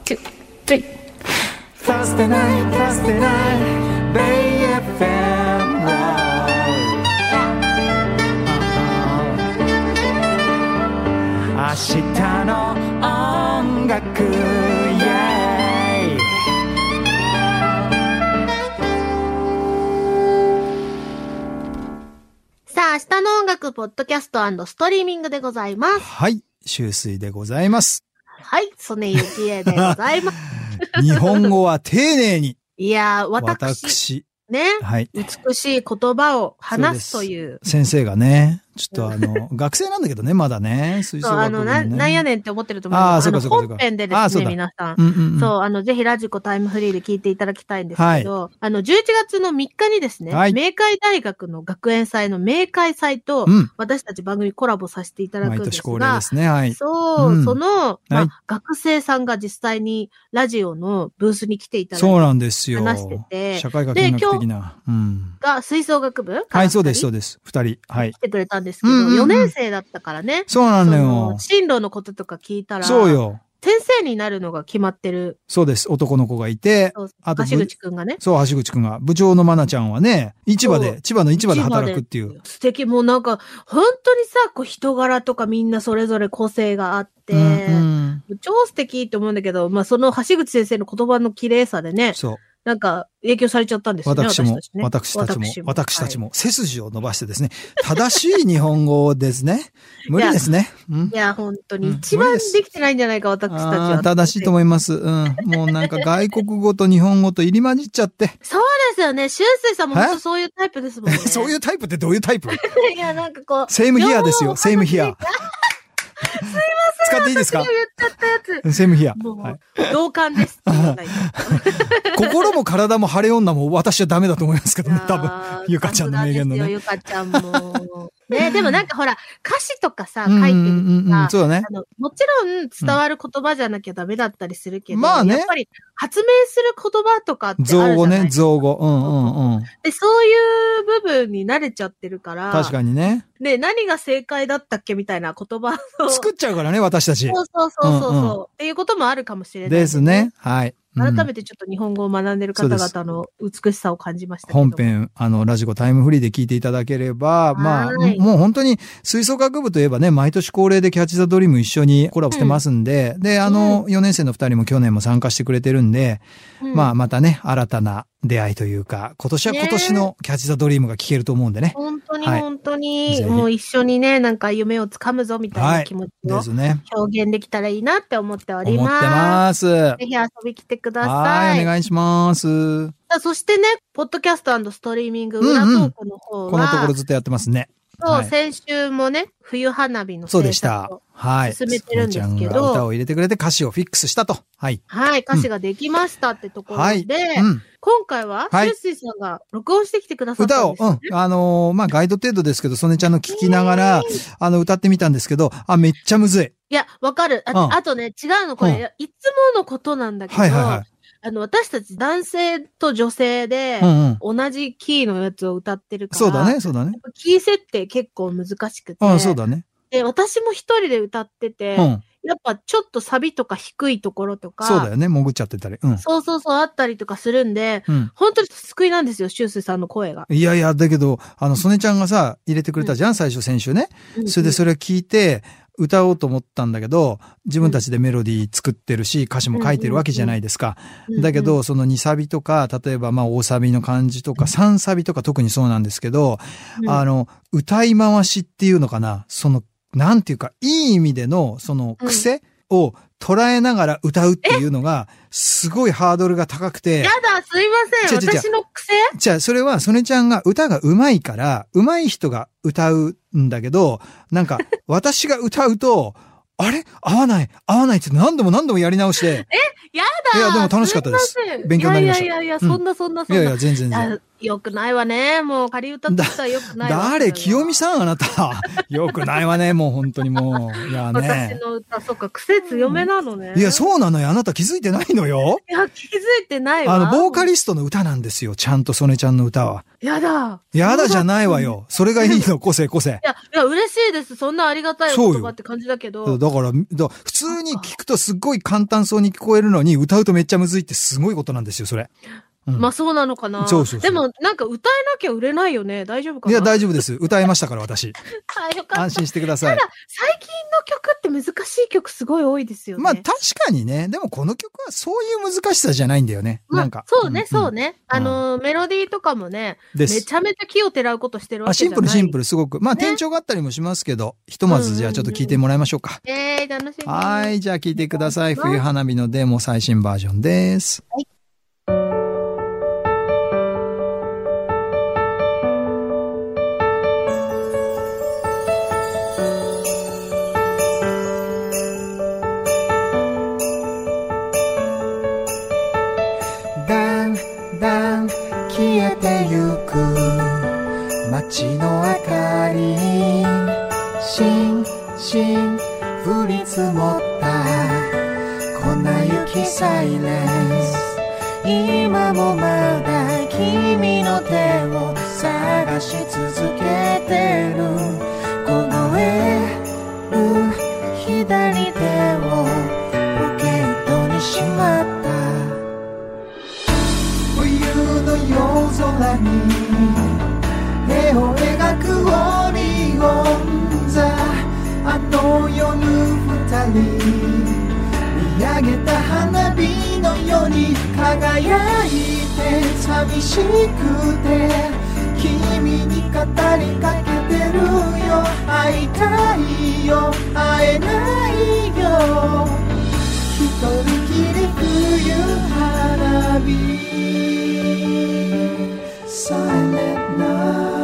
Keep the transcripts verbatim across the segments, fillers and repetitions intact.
ツー、スリー。Thursday night, Thursday night, Bay エフエム 明日の音楽、 さあ、明日の音楽、ポッドキャスト&ストリーミングでございます。 はい、秋水でございます。 はい、曽根ゆきえでございます。 日本語は丁寧に。 いやー、私。 私。 ね。はい。美しい言葉を話すという。 先生がね、ちょっとあの、学生なんだけどね、まだね。 吹奏楽部ね。そう、あの、な、なんやねんって思ってると思う。 ああ、そうかそうかそうか。 本編でですね、皆さん。うんうんうん、そう、あの、ぜひラジコタイムフリーで聞いていただきたいんですけど、はい、あの、じゅういちがつのみっかにですね、はい、明海大学の学園祭の明海祭と、うん、私たち番組コラボさせていただくんですが、 毎年恒例ですね、はい。 そう、うん、その、まあ、はい、学生さんが実際にラジオのブースに来ていただいて、 そうなんですよ。 話してて、 社会学見学的な。 うん、が吹奏楽部はい、そうです、そうです。二人。はい。 来てくれたんですけど、うんうんうん、よねん生だったからね。 そうなんだよ。 進路のこととか聞いたら、 そうよ。 先生になるのが決まってる。 そうです。男の子がいて、 あと、橋口くんがね。 そう、橋口くんが。部長のまなちゃんはね、市場で、千葉の市場で働くっていう。 素敵。もうなんか、本当にさ、こう人柄とかみんなそれぞれ個性があって、うんうん、超素敵と思うんだけど、まあその橋口先生の言葉の綺麗さでね。そう。なんか、影響されちゃったんですよね。 私も、 私たちね、 私たちも、私も、私たちも、背筋を伸ばしてですね、正しい日本語ですね。無理ですね。 いや、うん、いや本当に一番できてないんじゃないか、私たちは。 正しいと思います。うん。もうなんか外国語と日本語と入り混じっちゃって。 そうですよね。シュウスイさんも本当そういうタイプですもんね。 そういうタイプってどういうタイプいや、なんかこう。 セイムヒアですよ、セイムヒア。 すいません。 使っていいですか？ 言っちゃったやつ。 セイムヒア。 はい、同感です。 心も体も晴れ女も私はダメだと思いますけどね、多分。ゆかちゃんの名言のね。 ゆかちゃんも。ね、でもなんかほら、歌詞とかさ、書いてるとか、 そうだね。 あの、もちろん伝わる言葉じゃなきゃダメだったりするけど、まあね。やっぱり発明する言葉とかってあるじゃない？ 造語ね、造語。うんうんうん。 で、そういう部分に慣れちゃってるから。 確かにね。 で、何が正解だったっけみたいな言葉を。 作っちゃうからね、私たち。 そうそうそうそう。うんうん、っていうこともあるかもしれない、ね。 ですね。はい。 改めてちょっと日本語を学んでる方々の美しさを感じましたけど。 本編、あの、ラジコタイムフリーで聞いていただければ、まあ、もう本当に吹奏楽部といえばね、毎年恒例でキャッチザドリーム一緒にコラボしてますんで、うん、で、あの、よねん生の二人も去年も参加してくれてるんで、うん、まあ、またね、新たな出会いというか、今年は今年のキャッチザドリームが聞けると思うんでね。 本当に本当に、はい、もう一緒にね、なんか夢をつかむぞみたいな気持ちを表現できたらいいなって思っております。 思ってます。 ぜひ遊び来てください。 はい、お願いします。 そしてね、ポッドキャスト&ストリーミング裏トークの方は、うんうん、 このところずっとやってますね。 そう、はい、先週もね、冬花火の制作を進めてるんですけど、 はい、歌を入れてくれて歌詞をフィックスしたと。はい。 はい、歌詞ができましたってところで、はいうん、今回は、シュウスイさんが録音してきてくださったんです、ね、 歌を、うん。あのー、まあ、ガイド程度ですけど、ソネちゃんの聞きながら、あの、歌ってみたんですけど、あ、めっちゃむずい。 いや、わかる。あ,、うん、あとね、違うの、これ、うん、いつものことなんだけど、はいはいはい。あの、私たち男性と女性で、同じキーのやつを歌ってるから、 そうだね、そうだね。 キー設定結構難しくて。 ああ、そうだね。 で、私も一人で歌ってて、うん、やっぱちょっとサビとか低いところとか。 そうだよね、潜っちゃってたり。うん、 そうそうそう、あったりとかするんで、うん、本当に救いなんですよ、シュウスイさんの声が。 いやいや、だけど、あの、ソネちゃんがさ、入れてくれたじゃん、うん、最初、先週ね。うん、それでそれを聞いて、歌おうと思ったんだけど、自分たちでメロディー作ってるし、歌詞も書いてるわけじゃないですか。だけど、そのにサビとか、例えばまあ大サビの感じとか、さんサビとか特にそうなんですけど、あの、歌い回しっていうのかな、その、なんていうか、いい意味での、その癖を捉えながら歌うっていうのが、すごいハードルが高くて。 やだ、すいません。私の癖？ じゃあ、それは、ソネちゃんが歌が上手いから、上手い人が歌うんだけど、なんか、私が歌うと、あれ合わない合わないって何度も何度もやり直して。 えやだいや、でも楽しかったです。勉強になりました。 いやいやいや、そんなそんなそんな。 いやいや、全然全然。 よくないわね。もう仮歌って言ったらよくないわ。 誰清美さんあなた。よくないわね。もう本当にもう。いやね。 私の歌、そっか、癖強めなのね。 いや、そうなのよ。あなた気づいてないのよ。 いや、気づいてないわ。 あの、ボーカリストの歌なんですよ。ちゃんと曽根ちゃんの歌は。 やだ。 やだじゃないわよ。それがいいの、個性個性。いや、いや、嬉しいです。そんなありがたい言葉って感じだけど。 だから、だ普通に聞くとすっごい簡単そうに聞こえるのに、歌うとめっちゃむずいってすごいことなんですよ、それ。 うん、まあそうなのかな。そうそうそう。でもなんか歌えなきゃ売れないよね。大丈夫かな。 いや大丈夫です。歌えましたから私。 はい、よかった。 安心してください。 ただ最近の曲って難しい曲すごい多いですよね。 まあ確かにね。でもこの曲はそういう難しさじゃないんだよね。まあ、なんか。 そうね、そうね。うん、あのー、メロディーとかもね、めちゃめちゃ気をてらうことしてるわけじゃない。 シンプルシンプルすごく。まあ転調があったりもしますけど、ひとまずじゃあちょっと聞いてもらいましょうか。 うんうんうん、えー、楽しみ。 はい、じゃあ聞いてください。冬花火のデモ最新バージョンです。はい。 街の明かりしんしん降り積もった粉雪サイレンス今もまだ君の手を探し続けてる凍える左手をポケットにしまった冬の夜空に絵を描くオリオン座あの夜二人見上げた花火のように輝いて寂しくて君に語りかけてるよ会いたいよ会えないよ一人きり冬花火 Silent night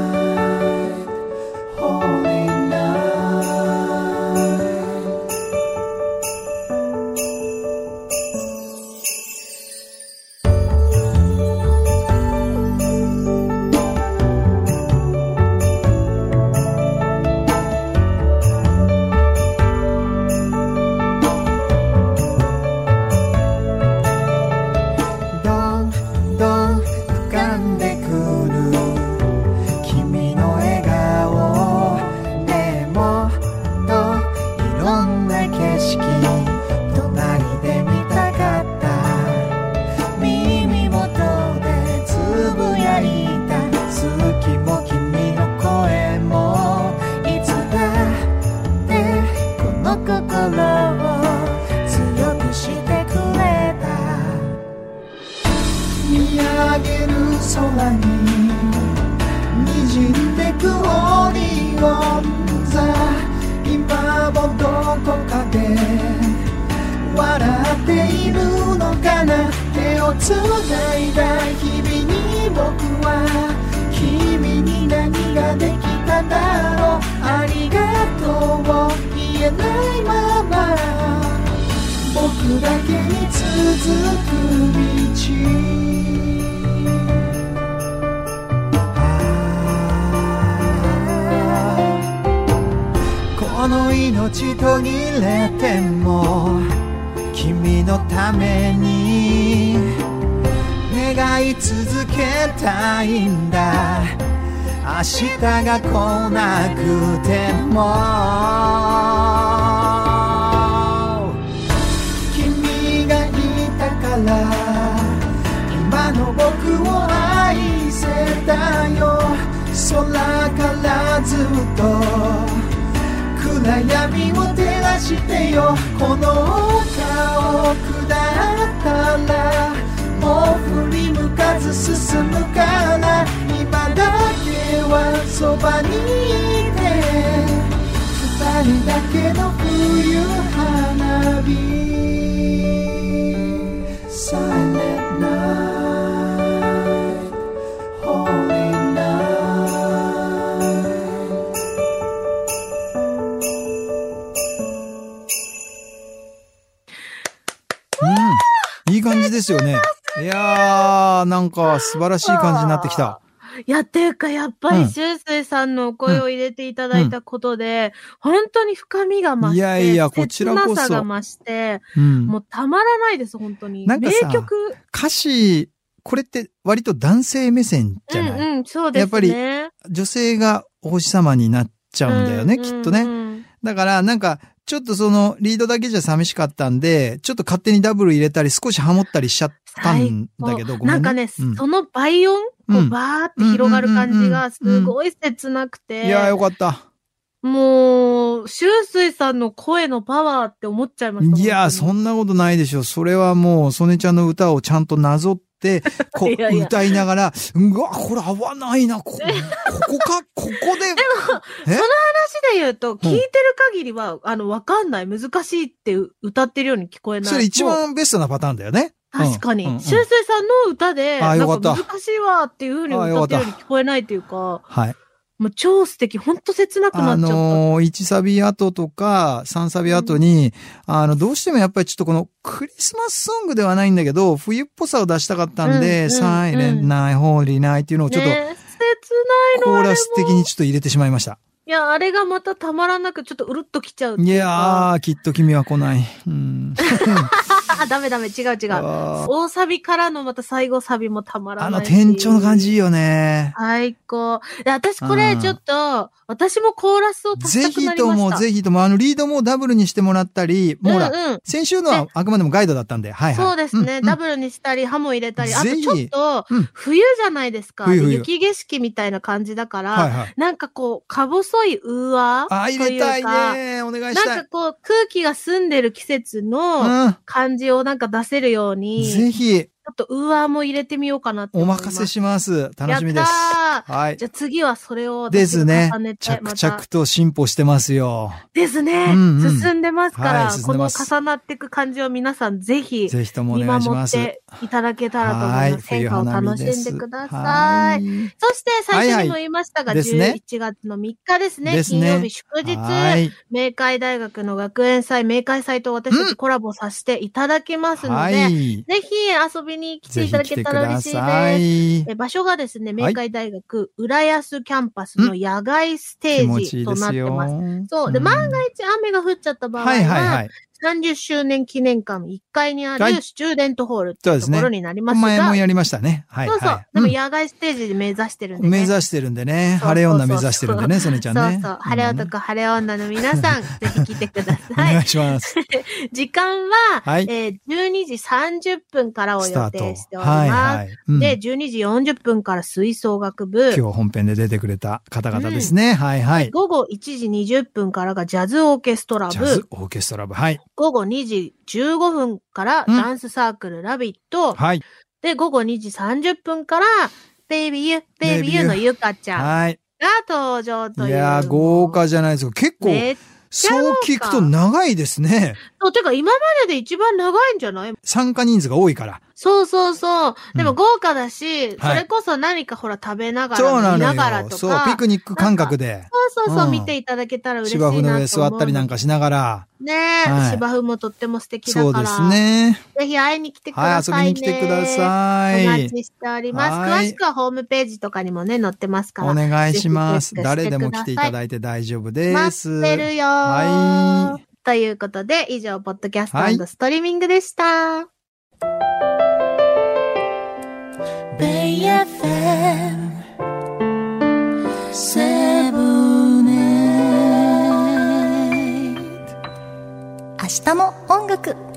この命途切れても君のために願い続けたいんだ明日が来なくても君がいたから今の僕を愛せたよ空からずっと暗闇を照らしてよこの丘を下ったらもう振り向かず進むから今だけはそばにいて二人だけの冬花火 Silent night Holy night うんいい感じですよねいやー、なんか素晴らしい感じになってきた。 いや、っていうか、やっぱり、しゅうすいさんのお声を入れていただいたことで、うんうん、本当に深みが増して、いやいや、こちらこそ。切なさが増して、うん、もうたまらないです、本当に。 なんかさ、名曲。歌詞、これって割と男性目線じゃない？ うんうん、そうですね。 やっぱり、女性がお星様になっちゃうんだよね、うんうんうん、きっとね。だから、なんか、ちょっとその、リードだけじゃ寂しかったんで、ちょっと勝手にダブル入れたり、少しハモったりしちゃったんだけど、ごめんね。 なんかね、うん、その倍音、こう、バーって広がる感じが、すごい切なくて。 いやー、よかった。 もう、しゅうすいさんの声のパワーって思っちゃいました。 いやー、そんなことないでしょ。それはもう、ソネちゃんの歌をちゃんとなぞって、こう、いやいや歌いながら、うわ、これ合わないな、こ、ここか、ここで。でも、 その話で言うと、聞いてる限りは、うん、あの、わかんない、難しいって歌ってるように聞こえない。 それ一番ベストなパターンだよね。 確かに。しゅうすいさんの歌で、なんか難しいわっていう風に歌ってるように聞こえないっていうか、 はい。 もう超素敵、ほんと切なくなっちゃった。あのー、いちサビ後とかさんサビ後に、うん、あの、どうしてもやっぱりちょっとこのクリスマスソングではないんだけど、冬っぽさを出したかったんで、サイレンナイ、ホーリーナイっていうのをちょっと、ね、 切ないの。 コーラス的にちょっと入れてしまいました。 いや、あれがまたたまらなくちょっとうるっときちゃう。 いやー、きっと君は来ない。うん、 あ、ダメダメ、違う違う。大サビからのまた最後サビもたまらない。 あの店長の感じいいよね。 最高。で、私これちょっと、私もコーラスを足したくなりました。 ぜひとも、ぜひとも、あの、リードもダブルにしてもらったり、もうほら、うんうん、先週のはあくまでもガイドだったんで、はいはい。 そうですね、うんうん、ダブルにしたり、ハモ入れたり、あとちょっと、冬じゃないですか。冬冬雪景色みたいな感じだから、はいはい、なんかこう、か細いウーアー。 あ、入れたいね。お願いしたい。 なんかこう、空気が澄んでる季節の感じをなんか出せるように。 うん、ぜひ。 ちょっとウーアーも入れてみようかなって思います。 お任せします。楽しみです。 やったー。はい。じゃあ次はそれをですね。着々と進歩してますよ。 ですね。うんうん、進んでますから、はい、この重なっていく感じを皆さんぜひ、 ぜひともお願いします。 見守っていただけたらと思います。はい、変化を楽しんでください。そして最初にも言いましたが、はいはい、じゅういちがつのみっかですね。ですね金曜日祝日、明海大学の学園祭、明海祭と私たちコラボさせていただきますので、はい、ぜひ遊びに来ていただけたら嬉しいです。え場所がですね、明海大学浦安キャンパスの野外ステージとなってます。いいそう。で、万が一雨が降っちゃった場合は、はいはいはい、さんじゅっしゅうねん記念館いっかいにあるスチューデントホールっていうところになりますが。 前もやりましたね。はい、はい。 そうそう。でも野外ステージで目指してるんでね。 目指してるんでね。晴れ女目指してるんでね、ソネちゃんね。 そうそう。晴れ男、晴れ女の皆さん、ぜひ来てください。お願いします。 時間は、はい、えー、じゅうにじさんじゅっぷんからを予定しております。はいはいうん、で、じゅうにじよんじゅっぷんから吹奏楽部。 今日本編で出てくれた方々ですね。うん、はいはい。 午後いちじにじゅっぷんからがジャズオーケストラ部。ジャズオーケストラ部。はい。 午後にじじゅうごふんからダンスサークルラビット。うん、はい。で、午後にじさんじゅっぷんから、ベイビーユー、ベイビーユーのゆかちゃん。はい。が登場という。 いやー、豪華じゃないですか。結構、そう聞くと長いですね。 そう、てか今までで一番長いんじゃない？ 参加人数が多いから。 そうそうそう。でも豪華だし、うん、それこそ何かほら食べながら、見ながらとか。 そう、ピクニック感覚で。 そうそうそう、うん、見ていただけたら嬉しいなと思う。 芝生の上座ったりなんかしながら。 ねえ、はい、芝生もとっても素敵だから。 そうですね。 ぜひ会いに来てくださいね。はい、遊びに来てください。お待ちしております。詳しくはホームページとかにもね、載ってますから。 お願いします。誰でも来ていただいて大丈夫です。 待ってるよー。はい。ということで、以上、ポッドキャスト&ストリーミングでした。はいベイエフエム セブンエイト 明日も音楽